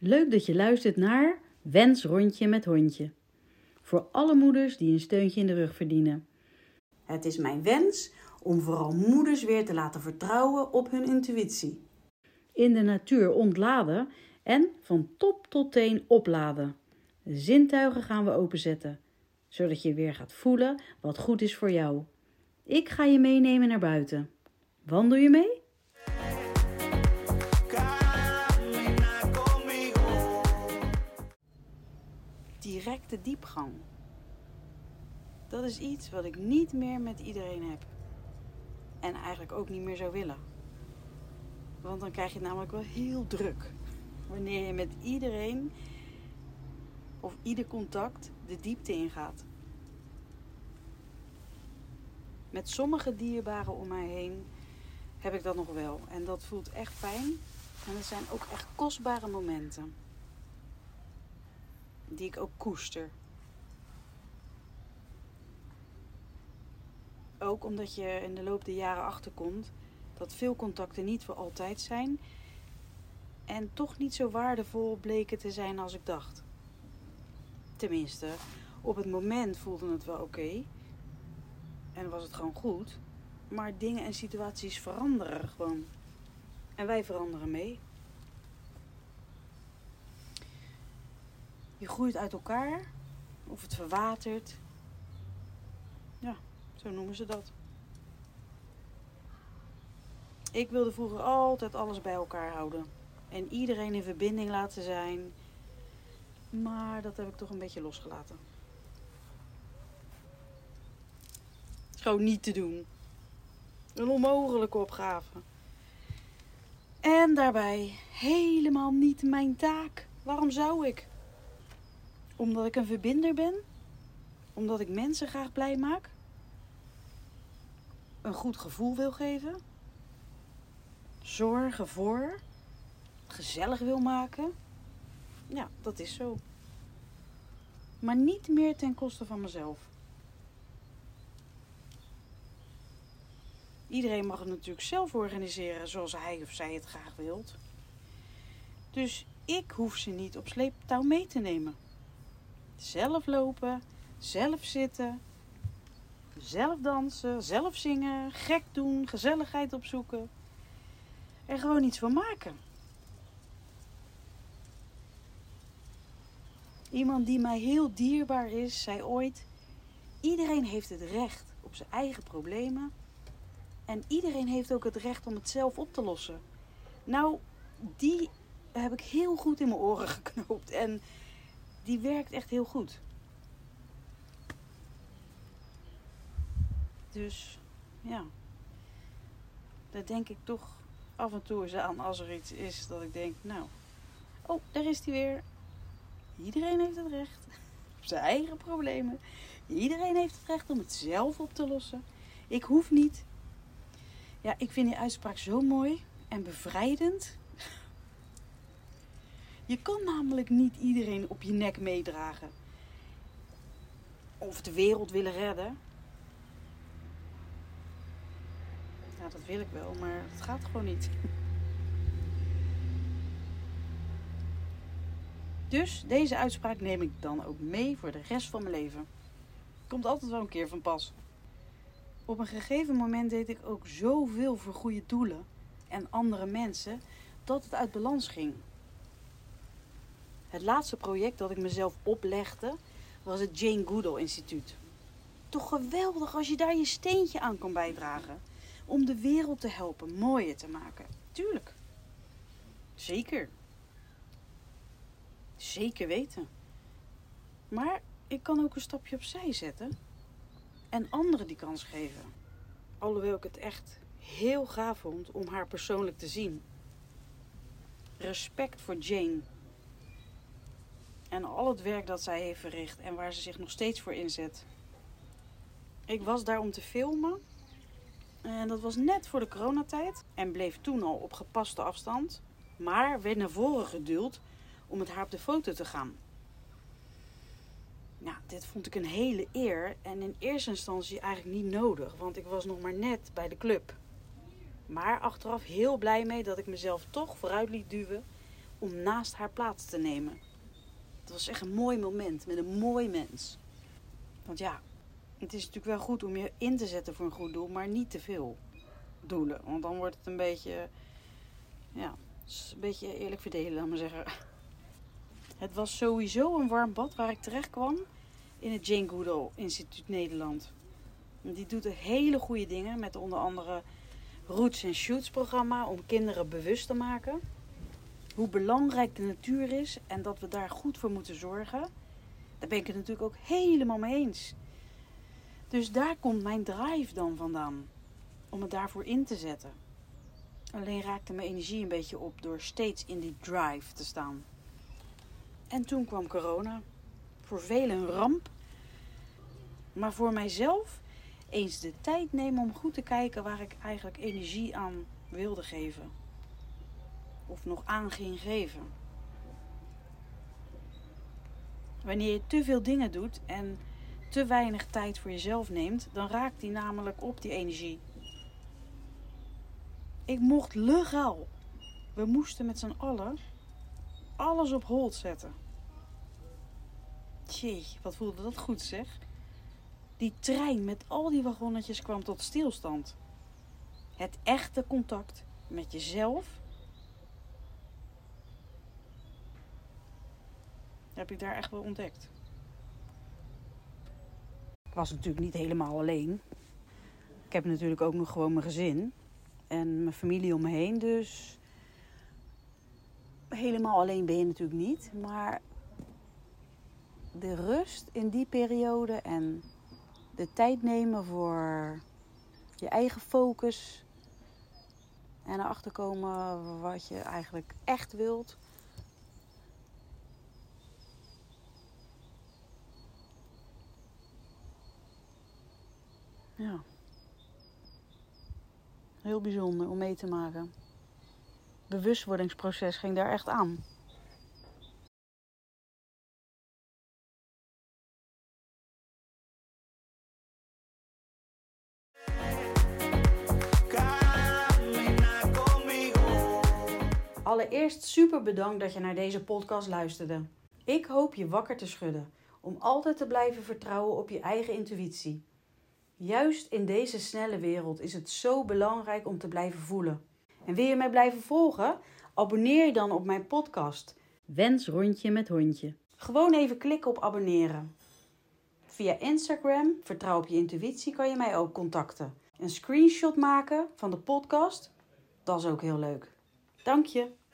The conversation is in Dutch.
Leuk dat je luistert naar Wensrondje met Hondje. Voor alle moeders die een steuntje in de rug verdienen. Het is mijn wens om vooral moeders weer te laten vertrouwen op hun intuïtie. In de natuur ontladen en van top tot teen opladen. De zintuigen gaan we openzetten, zodat je weer gaat voelen wat goed is voor jou. Ik ga je meenemen naar buiten. Wandel je mee? Directe diepgang. Dat is iets wat ik niet meer met iedereen heb. En eigenlijk ook niet meer zou willen. Want dan krijg je het namelijk wel heel druk. Wanneer je met iedereen of ieder contact de diepte ingaat. Met sommige dierbaren om mij heen heb ik dat nog wel. En dat voelt echt fijn. En het zijn ook echt kostbare momenten. Die ik ook koester. Ook omdat je in de loop der jaren achterkomt dat veel contacten niet voor altijd zijn. En toch niet zo waardevol bleken te zijn als ik dacht. Tenminste, op het moment voelde het wel oké. En was het gewoon goed. Maar dingen en situaties veranderen gewoon. En wij veranderen mee. Je groeit uit elkaar. Of het verwatert. Ja, zo noemen ze dat. Ik wilde vroeger altijd alles bij elkaar houden. En iedereen in verbinding laten zijn. Maar dat heb ik toch een beetje losgelaten. Het is gewoon niet te doen. Een onmogelijke opgave. En daarbij helemaal niet mijn taak. Waarom zou ik? Omdat ik een verbinder ben? Omdat ik mensen graag blij maak? Een goed gevoel wil geven? Zorgen voor? Gezellig wil maken? Ja, dat is zo. Maar niet meer ten koste van mezelf. Iedereen mag het natuurlijk zelf organiseren zoals hij of zij het graag wilt. Dus ik hoef ze niet op sleeptouw mee te nemen. Zelf lopen, zelf zitten, zelf dansen, zelf zingen, gek doen, gezelligheid opzoeken. Er gewoon iets van maken. Iemand die mij heel dierbaar is, zei ooit: iedereen heeft het recht op zijn eigen problemen. En iedereen heeft ook het recht om het zelf op te lossen. Nou, die heb ik heel goed in mijn oren geknoopt. En die werkt echt heel goed. Dus, ja. Daar denk ik toch af en toe eens aan als er iets is dat ik denk, nou. Oh, daar is die weer. Iedereen heeft het recht op zijn eigen problemen. Iedereen heeft het recht om het zelf op te lossen. Ik hoef niet. Ja, ik vind die uitspraak zo mooi en bevrijdend. Je kan namelijk niet iedereen op je nek meedragen. Of de wereld willen redden. Ja, dat wil ik wel, maar het gaat gewoon niet. Dus deze uitspraak neem ik dan ook mee voor de rest van mijn leven. Komt altijd wel een keer van pas. Op een gegeven moment deed ik ook zoveel voor goede doelen en andere mensen dat het uit balans ging. Het laatste project dat ik mezelf oplegde was het Jane Goodall Instituut. Toch geweldig als je daar je steentje aan kan bijdragen om de wereld te helpen mooier te maken. Tuurlijk. Zeker. Zeker weten. Maar ik kan ook een stapje opzij zetten en anderen die kans geven. Alhoewel ik het echt heel gaaf vond om haar persoonlijk te zien. Respect voor Jane. En al het werk dat zij heeft verricht en waar ze zich nog steeds voor inzet. Ik was daar om te filmen. En dat was net voor de coronatijd. En bleef toen al op gepaste afstand. Maar werd naar voren geduwd om met haar op de foto te gaan. Nou, dit vond ik een hele eer. En in eerste instantie eigenlijk niet nodig. Want ik was nog maar net bij de club. Maar achteraf heel blij mee dat ik mezelf toch vooruit liet duwen om naast haar plaats te nemen. Het was echt een mooi moment met een mooi mens. Want ja, het is natuurlijk wel goed om je in te zetten voor een goed doel, maar niet te veel doelen. Want dan wordt het een beetje eerlijk verdelen, laat maar zeggen. Het was sowieso een warm bad waar ik terecht kwam in het Jane Goodall Instituut Nederland. Die doet hele goede dingen met onder andere Roots and Shoots programma om kinderen bewust te maken. Hoe belangrijk de natuur is en dat we daar goed voor moeten zorgen. Daar ben ik het natuurlijk ook helemaal mee eens. Dus daar komt mijn drive dan vandaan. Om het daarvoor in te zetten. Alleen raakte mijn energie een beetje op door steeds in die drive te staan. En toen kwam corona. Voor velen een ramp. Maar voor mijzelf eens de tijd nemen om goed te kijken waar ik eigenlijk energie aan wilde geven. Of nog aan ging geven. Wanneer je te veel dingen doet en te weinig tijd voor jezelf neemt, dan raakt die namelijk op, die energie. Ik mocht legaal. We moesten met z'n allen alles op hold zetten. Tjee, wat voelde dat goed zeg. Die trein met al die wagonnetjes kwam tot stilstand. Het echte contact met jezelf heb ik daar echt wel ontdekt. Ik was natuurlijk niet helemaal alleen. Ik heb natuurlijk ook nog gewoon mijn gezin en mijn familie om me heen. Dus helemaal alleen ben je natuurlijk niet. Maar de rust in die periode en de tijd nemen voor je eigen focus en erachter komen wat je eigenlijk echt wilt. Ja. Heel bijzonder om mee te maken. Bewustwordingsproces ging daar echt aan. Allereerst super bedankt dat je naar deze podcast luisterde. Ik hoop je wakker te schudden om altijd te blijven vertrouwen op je eigen intuïtie. Juist in deze snelle wereld is het zo belangrijk om te blijven voelen. En wil je mij blijven volgen? Abonneer je dan op mijn podcast. Wens rondje met hondje. Gewoon even klikken op abonneren. Via Instagram, Vertrouw op je intuïtie, kan je mij ook contacten. Een screenshot maken van de podcast, dat is ook heel leuk. Dank je.